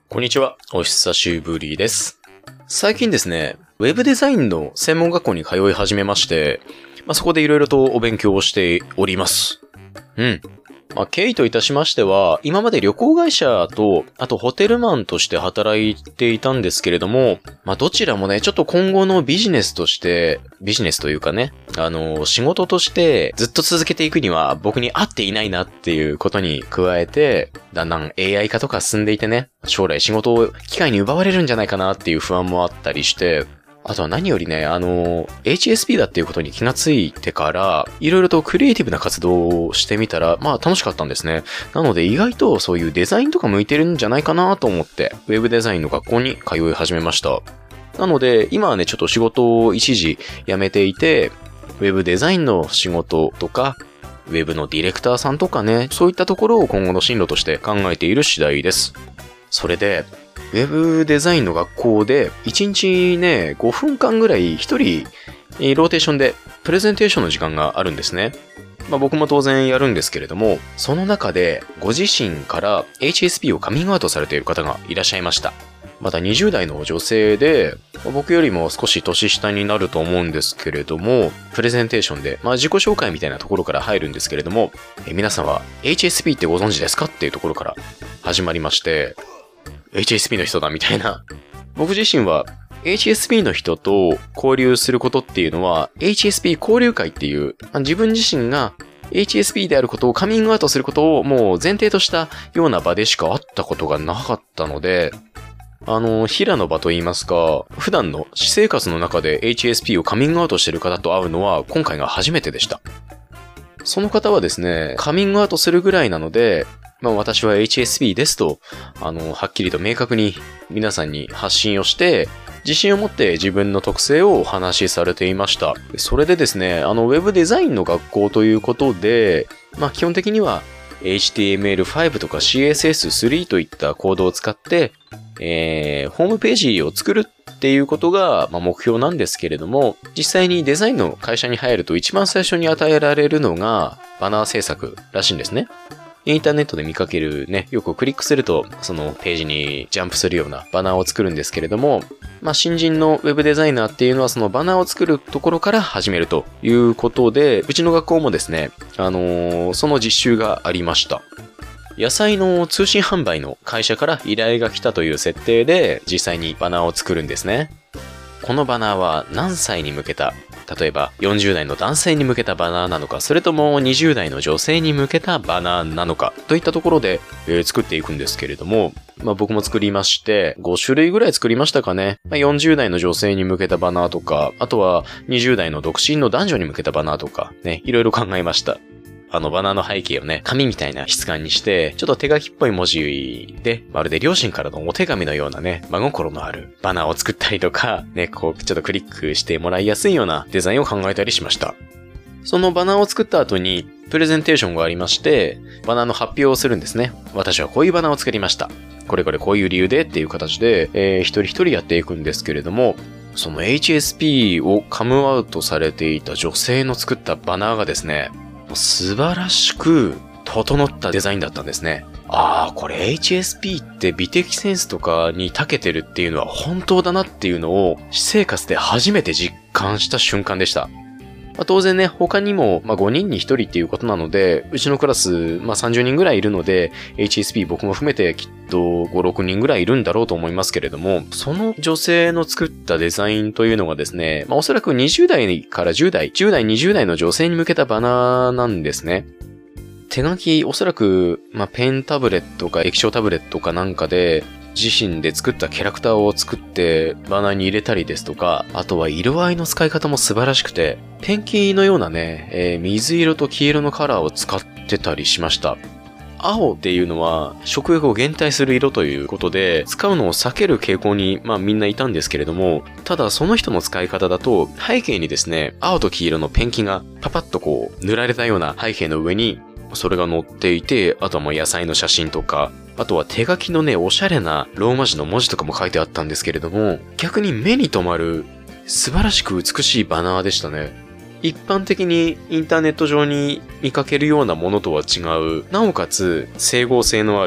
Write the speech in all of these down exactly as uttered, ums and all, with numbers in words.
こんにちは。お久しぶりです。最近ですね、ウェブデザインの専門学校に通い始めまして、まあ、そこでいろいろとお勉強をしております。うん。まあ、経緯といたしましては、今まで旅行会社と、あとホテルマンとして働いていたんですけれども、まあ、どちらもね、ちょっと今後のビジネスとして、ビジネスというかね、あの、仕事としてずっと続けていくには僕に合っていないなっていうことに加えて、だんだん エーアイ 化とか進んでいてね、将来仕事を機械に奪われるんじゃないかなっていう不安もあったりして、あとは何よりね、あの、エイチエスピー だっていうことに気がついてから、いろいろとクリエイティブな活動をしてみたら、まあ楽しかったんですね。なので意外とそういうデザインとか向いてるんじゃないかなと思って、ウェブデザインの学校に通い始めました。なので、今はね、ちょっと仕事を一時辞めていて、ウェブデザインの仕事とか、ウェブのディレクターさんとかね、そういったところを今後の進路として考えている次第です。それで、ウェブデザインの学校でいちにちね、ごふんかんぐらいひとりローテーションでプレゼンテーションの時間があるんですね。まあ僕も当然やるんですけれども、その中でご自身から エイチエスピー をカミングアウトされている方がいらっしゃいました。またにじゅう代の女性で、僕よりも少し年下になると思うんですけれども、プレゼンテーションで、まあ自己紹介みたいなところから入るんですけれども、え皆さんは エイチエスピー ってご存知ですかっていうところから始まりまして、エイチエスピー の人だみたいな。僕自身は エイチエスピー の人と交流することっていうのは エイチエスピー 交流会っていう自分自身が エイチエスピー であることをカミングアウトすることをもう前提としたような場でしか会ったことがなかったので、あの、平の場と言いますか、普段の私生活の中で エイチエスピー をカミングアウトしている方と会うのは今回が初めてでした。その方はですね、カミングアウトするぐらいなので、まあ私は エイチエスピー ですと、あの、はっきりと明確に皆さんに発信をして、自信を持って自分の特性をお話しされていました。それでですね、あの、ウェブデザインの学校ということで、まあ基本的には エイチティーエムエルファイブ とか シーエスエススリー といったコードを使って、えー、ホームページを作るっていうことが、まあ、目標なんですけれども、実際にデザインの会社に入ると一番最初に与えられるのがバナー制作らしいんですね。インターネットで見かけるね、よくクリックするとそのページにジャンプするようなバナーを作るんですけれども、まあ新人のウェブデザイナーっていうのはそのバナーを作るところから始めるということで、うちの学校もですね、あのー、その実習がありました。野菜の通信販売の会社から依頼が来たという設定で実際にバナーを作るんですね。このバナーは何歳に向けた、例えばよんじゅう代の男性に向けたバナーなのか、それともにじゅう代の女性に向けたバナーなのかといったところで、えー、作っていくんですけれども、まあ僕も作りましてご種類ぐらい作りましたかね。まあ、よんじゅう代の女性に向けたバナーとか、あとはにじゅう代の独身の男女に向けたバナーとかね、いろいろ考えました。あのバナーの背景をね、紙みたいな質感にして、ちょっと手書きっぽい文字で、まるで両親からのお手紙のようなね、真心のあるバナーを作ったりとか、ね、こう、ちょっとクリックしてもらいやすいようなデザインを考えたりしました。そのバナーを作った後に、プレゼンテーションがありまして、バナーの発表をするんですね。私はこういうバナーを作りました。これこれこういう理由でっていう形で、えー、一人一人やっていくんですけれども、その エイチエスピー をカムアウトされていた女性の作ったバナーがですね、素晴らしく整ったデザインだったんですね。ああ、これ エイチエスピー って美的センスとかに長けてるっていうのは本当だなっていうのを私生活で初めて実感した瞬間でした。まあ、当然ね、他にも、まあ、ごにんにひとりっていうことなので、うちのクラス、まあ、さんじゅうにんぐらいいるので、エイチエスピー 僕も含めてきっとご、ろくにんぐらいいるんだろうと思いますけれども、その女性の作ったデザインというのがですね、まあ、おそらくにじゅう代からじゅう代、じゅう代、にじゅう代の女性に向けたバナーなんですね。手書き、おそらく、まあ、ペンタブレットか液晶タブレットかなんかで、自身で作ったキャラクターを作ってバナーに入れたりですとか、あとは色合いの使い方も素晴らしくて、ペンキのようなね、えー、水色と黄色のカラーを使ってたりしました。青っていうのは食欲を減退する色ということで、使うのを避ける傾向にまあみんないたんですけれども、ただその人の使い方だと背景にですね、青と黄色のペンキがパパッとこう塗られたような背景の上にそれが載っていて、あとはもう野菜の写真とか、あとは手書きのね、おしゃれなローマ字の文字とかも書いてあったんですけれども、逆に目に留まる素晴らしく美しいバナーでしたね。一般的にインターネット上に見かけるようなものとは違う、なおかつ整合性のある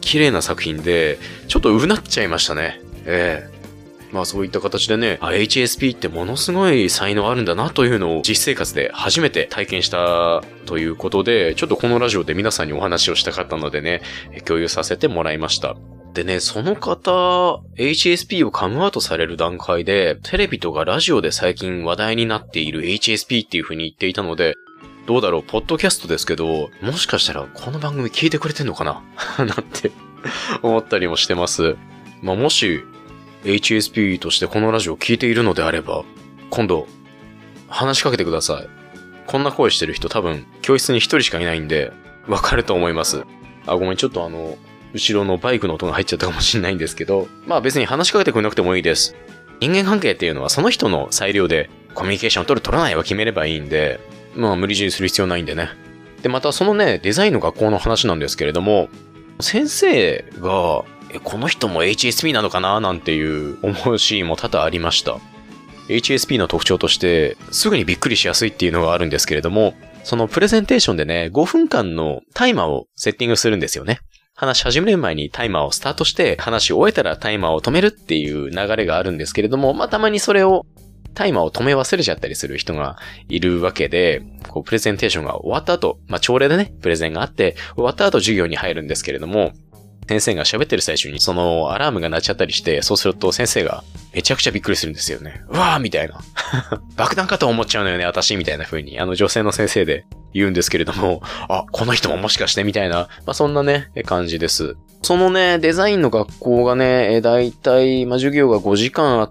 綺麗な作品で、ちょっとうなっちゃいましたね。ええ。まあそういった形でね、あ、エイチエスピー ってものすごい才能あるんだなというのを実生活で初めて体験したということで、ちょっとこのラジオで皆さんにお話をしたかったのでね、共有させてもらいました。でね、その方、エイチエスピー をカムアウトされる段階で、テレビとかラジオで最近話題になっている エイチエスピー っていう風に言っていたので、どうだろう、ポッドキャストですけど、もしかしたらこの番組聞いてくれてんのかななんて思ったりもしてます。まあ、もし、エイチエスピー としてこのラジオを聞いているのであれば、今度、話しかけてください。こんな声してる人多分、教室に一人しかいないんで、わかると思います。あ、ごめん、ちょっとあの、後ろのバイクの音が入っちゃったかもしれないんですけど、まあ別に話しかけてくれなくてもいいです。人間関係っていうのはその人の裁量で、コミュニケーションを取る取らないは決めればいいんで、まあ無理強いする必要ないんでね。で、またそのね、デザインの学校の話なんですけれども、先生が、え、この人も エイチエスピー なのかななんていう思うシーンも多々ありました。エイチエスピー の特徴として、すぐにびっくりしやすいっていうのがあるんですけれども、そのプレゼンテーションでね、ごふんかんのタイマーをセッティングするんですよね。話し始める前にタイマーをスタートして、話を終えたらタイマーを止めるっていう流れがあるんですけれども、まあたまにそれをタイマーを止め忘れちゃったりする人がいるわけで、こうプレゼンテーションが終わった後、まあ朝礼でね、プレゼンがあって、終わった後授業に入るんですけれども、先生が喋ってる最中にそのアラームが鳴っちゃったりして、そうすると先生がめちゃくちゃびっくりするんですよね。うわーみたいな。爆弾かと思っちゃうのよね、私みたいな風に、あの女性の先生で言うんですけれども、あ、この人ももしかしてみたいな、まあそんなね、感じです。そのね、デザインの学校がね、だいたい、まあ授業がごじかんあって、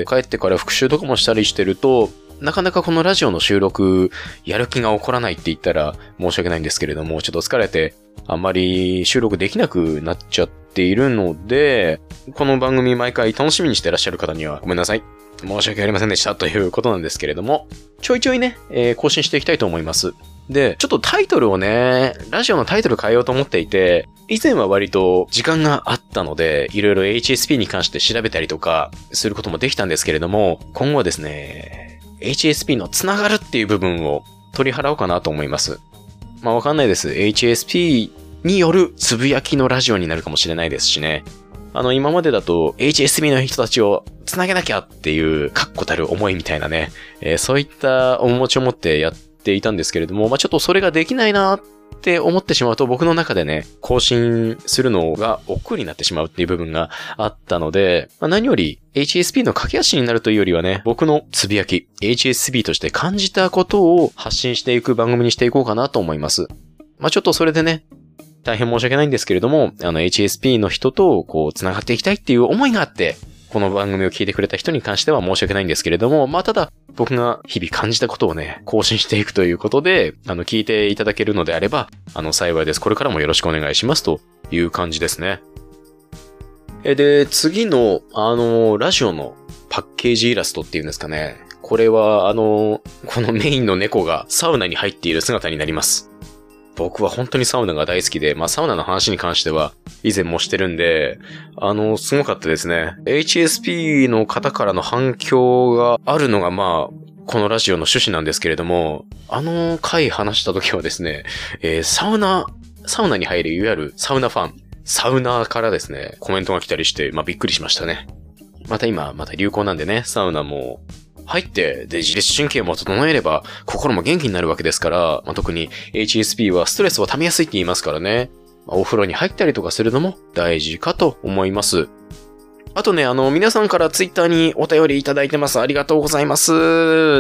帰ってから復習とかもしたりしてると、なかなかこのラジオの収録、やる気が起こらないって言ったら申し訳ないんですけれども、ちょっと疲れて、あんまり収録できなくなっちゃっているので、この番組毎回楽しみにしてらっしゃる方にはごめんなさい。申し訳ありませんでしたということなんですけれども、ちょいちょいね、えー、更新していきたいと思います。で、ちょっとタイトルをね、ラジオのタイトル変えようと思っていて、以前は割と時間があったので、いろいろ エイチエスピー に関して調べたりとかすることもできたんですけれども、今後はですね、エイチエスピー のつながるっていう部分を取り払おうかなと思います。まあわかんないです。エイチエスピー によるつぶやきのラジオになるかもしれないですしね。あの今までだと エイチエスピー の人たちをつなげなきゃっていう確固たる思いみたいなね、えー、そういった面持ちを持ってやっていたんですけれども、まあちょっとそれができないなって思ってしまうと僕の中でね、更新するのが億劫になってしまうっていう部分があったので、まあ、何より エイチエスピー の駆け足になるというよりはね、僕のつぶやき、エイチエスピー として感じたことを発信していく番組にしていこうかなと思います。まあちょっとそれでね、大変申し訳ないんですけれども、あの エイチエスピー の人とこう繋がっていきたいっていう思いがあって、この番組を聞いてくれた人に関しては申し訳ないんですけれども、まあただ僕が日々感じたことをね、更新していくということで、あの聞いていただけるのであれば、あの幸いです。これからもよろしくお願いしますという感じですね。え、で、次の、あの、ラジオのパッケージイラストっていうんですかね。これは、あの、このメインの猫がサウナに入っている姿になります。僕は本当にサウナが大好きで、まあサウナの話に関しては以前もしてるんで、あの、すごかったですね。エイチエスピー の方からの反響があるのがまあ、このラジオの趣旨なんですけれども、あの回話した時はですね、えー、サウナ、サウナに入るいわゆるサウナファン、サウナーからですね、コメントが来たりして、まあびっくりしましたね。また今、また流行なんでね、サウナも、入って、で、自律神経も整えれば、心も元気になるわけですから、まあ、特に エイチエスピー はストレスを溜めやすいって言いますからね、まあ、お風呂に入ったりとかするのも大事かと思います。あとね、あの、皆さんからツイッターにお便りいただいてます。ありがとうございます。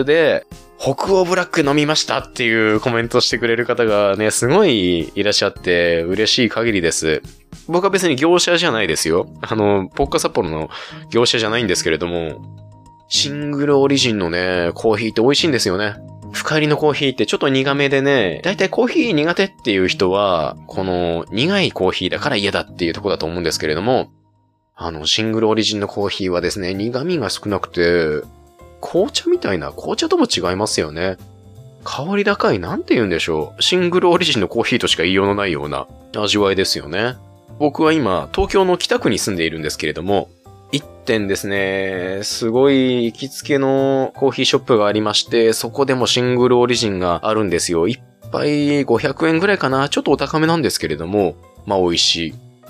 で、北欧ブラック飲みましたっていうコメントしてくれる方がね、すごいいらっしゃって嬉しい限りです。僕は別に業者じゃないですよ。あの、ポッカ札幌の業者じゃないんですけれども、シングルオリジンのね、コーヒーって美味しいんですよね。深入りのコーヒーってちょっと苦めでね、だいたいコーヒー苦手っていう人は、この苦いコーヒーだから嫌だっていうところだと思うんですけれども、あの、シングルオリジンのコーヒーはですね、苦味が少なくて、紅茶みたいな、紅茶とも違いますよね。香り高い、なんて言うんでしょう。シングルオリジンのコーヒーとしか言いようのないような味わいですよね。僕は今、東京の北区に住んでいるんですけれども、一店ですね、すごい行きつけのコーヒーショップがありまして、そこでもシングルオリジンがあるんですよ。一杯ごひゃくえんぐらいかな。ちょっとお高めなんですけれども、まあ美味しい。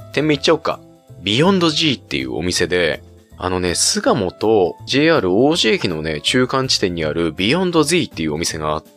店名言っちゃおうか。ビヨンド G っていうお店で、あのね、巣鴨と ジェイアール 王子駅のね、中間地点にあるビヨンド Z っていうお店があって、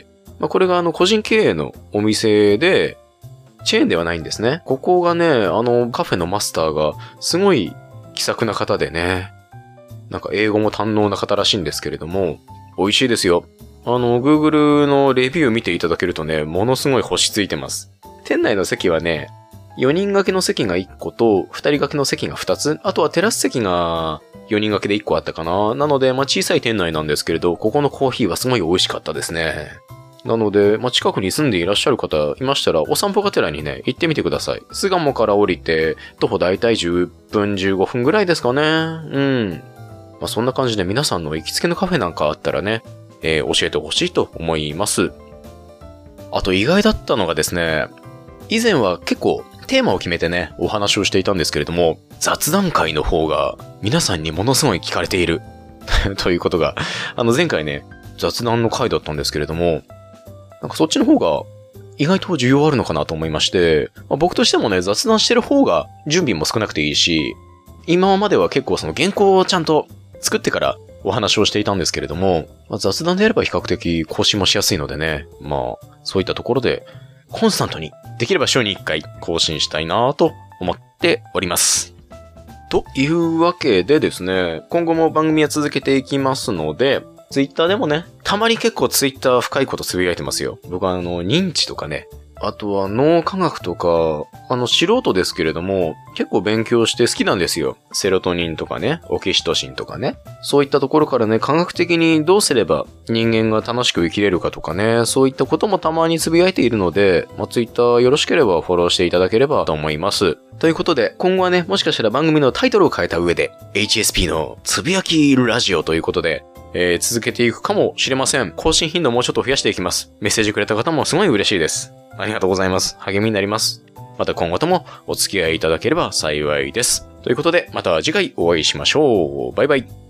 まあ、これがあの個人経営のお店で、チェーンではないんですね。ここがね、あのカフェのマスターがすごい気さくな方でね、なんか英語も堪能な方らしいんですけれども、美味しいですよ。あの、Google のレビュー見ていただけるとね、ものすごい星ついてます。店内の席はね、よにん掛けの席がいっことふたり掛けの席がふたつ、あとはテラス席がよにん掛けでいっこあったかな。なので、まあ、小さい店内なんですけれど、ここのコーヒーはすごい美味しかったですね。なので、まあ、近くに住んでいらっしゃる方いましたら、お散歩がてらにね、行ってみてください。巣鴨から降りて、徒歩だいたいじゅっぷんじゅうごふんぐらいですかね。うん。まあ、そんな感じで皆さんの行きつけのカフェなんかあったらね、えー、教えてほしいと思います。あと意外だったのがですね、以前は結構テーマを決めてね、お話をしていたんですけれども、雑談会の方が皆さんにものすごい聞かれているということが、あの前回ね、雑談の回だったんですけれども、なんかそっちの方が意外と需要あるのかなと思いまして、まあ、僕としてもね、雑談してる方が準備も少なくていいし、今までは結構その原稿をちゃんと作ってからお話をしていたんですけれども、まあ、雑談であれば比較的更新もしやすいのでね、まあそういったところでコンスタントにできれば週にいっかい更新したいなぁと思っております。というわけでですね、今後も番組は続けていきますので、ツイッターでもね、たまに結構ツイッター深いことつぶやいてますよ。僕はあの、認知とかね、あとは脳科学とか、あの、素人ですけれども、結構勉強して好きなんですよ。セロトニンとかね、オキシトシンとかね。そういったところからね、科学的にどうすれば人間が楽しく生きれるかとかね、そういったこともたまにつぶやいているので、まあ、ツイッターよろしければフォローしていただければと思います。ということで、今後はね、もしかしたら番組のタイトルを変えた上で、エイチエスピー のつぶやきラジオということで、えー、続けていくかもしれません。更新頻度もうちょっと増やしていきます。メッセージくれた方もすごい嬉しいです。ありがとうございます。励みになります。また今後ともお付き合いいただければ幸いです。ということで、また次回お会いしましょう。バイバイ。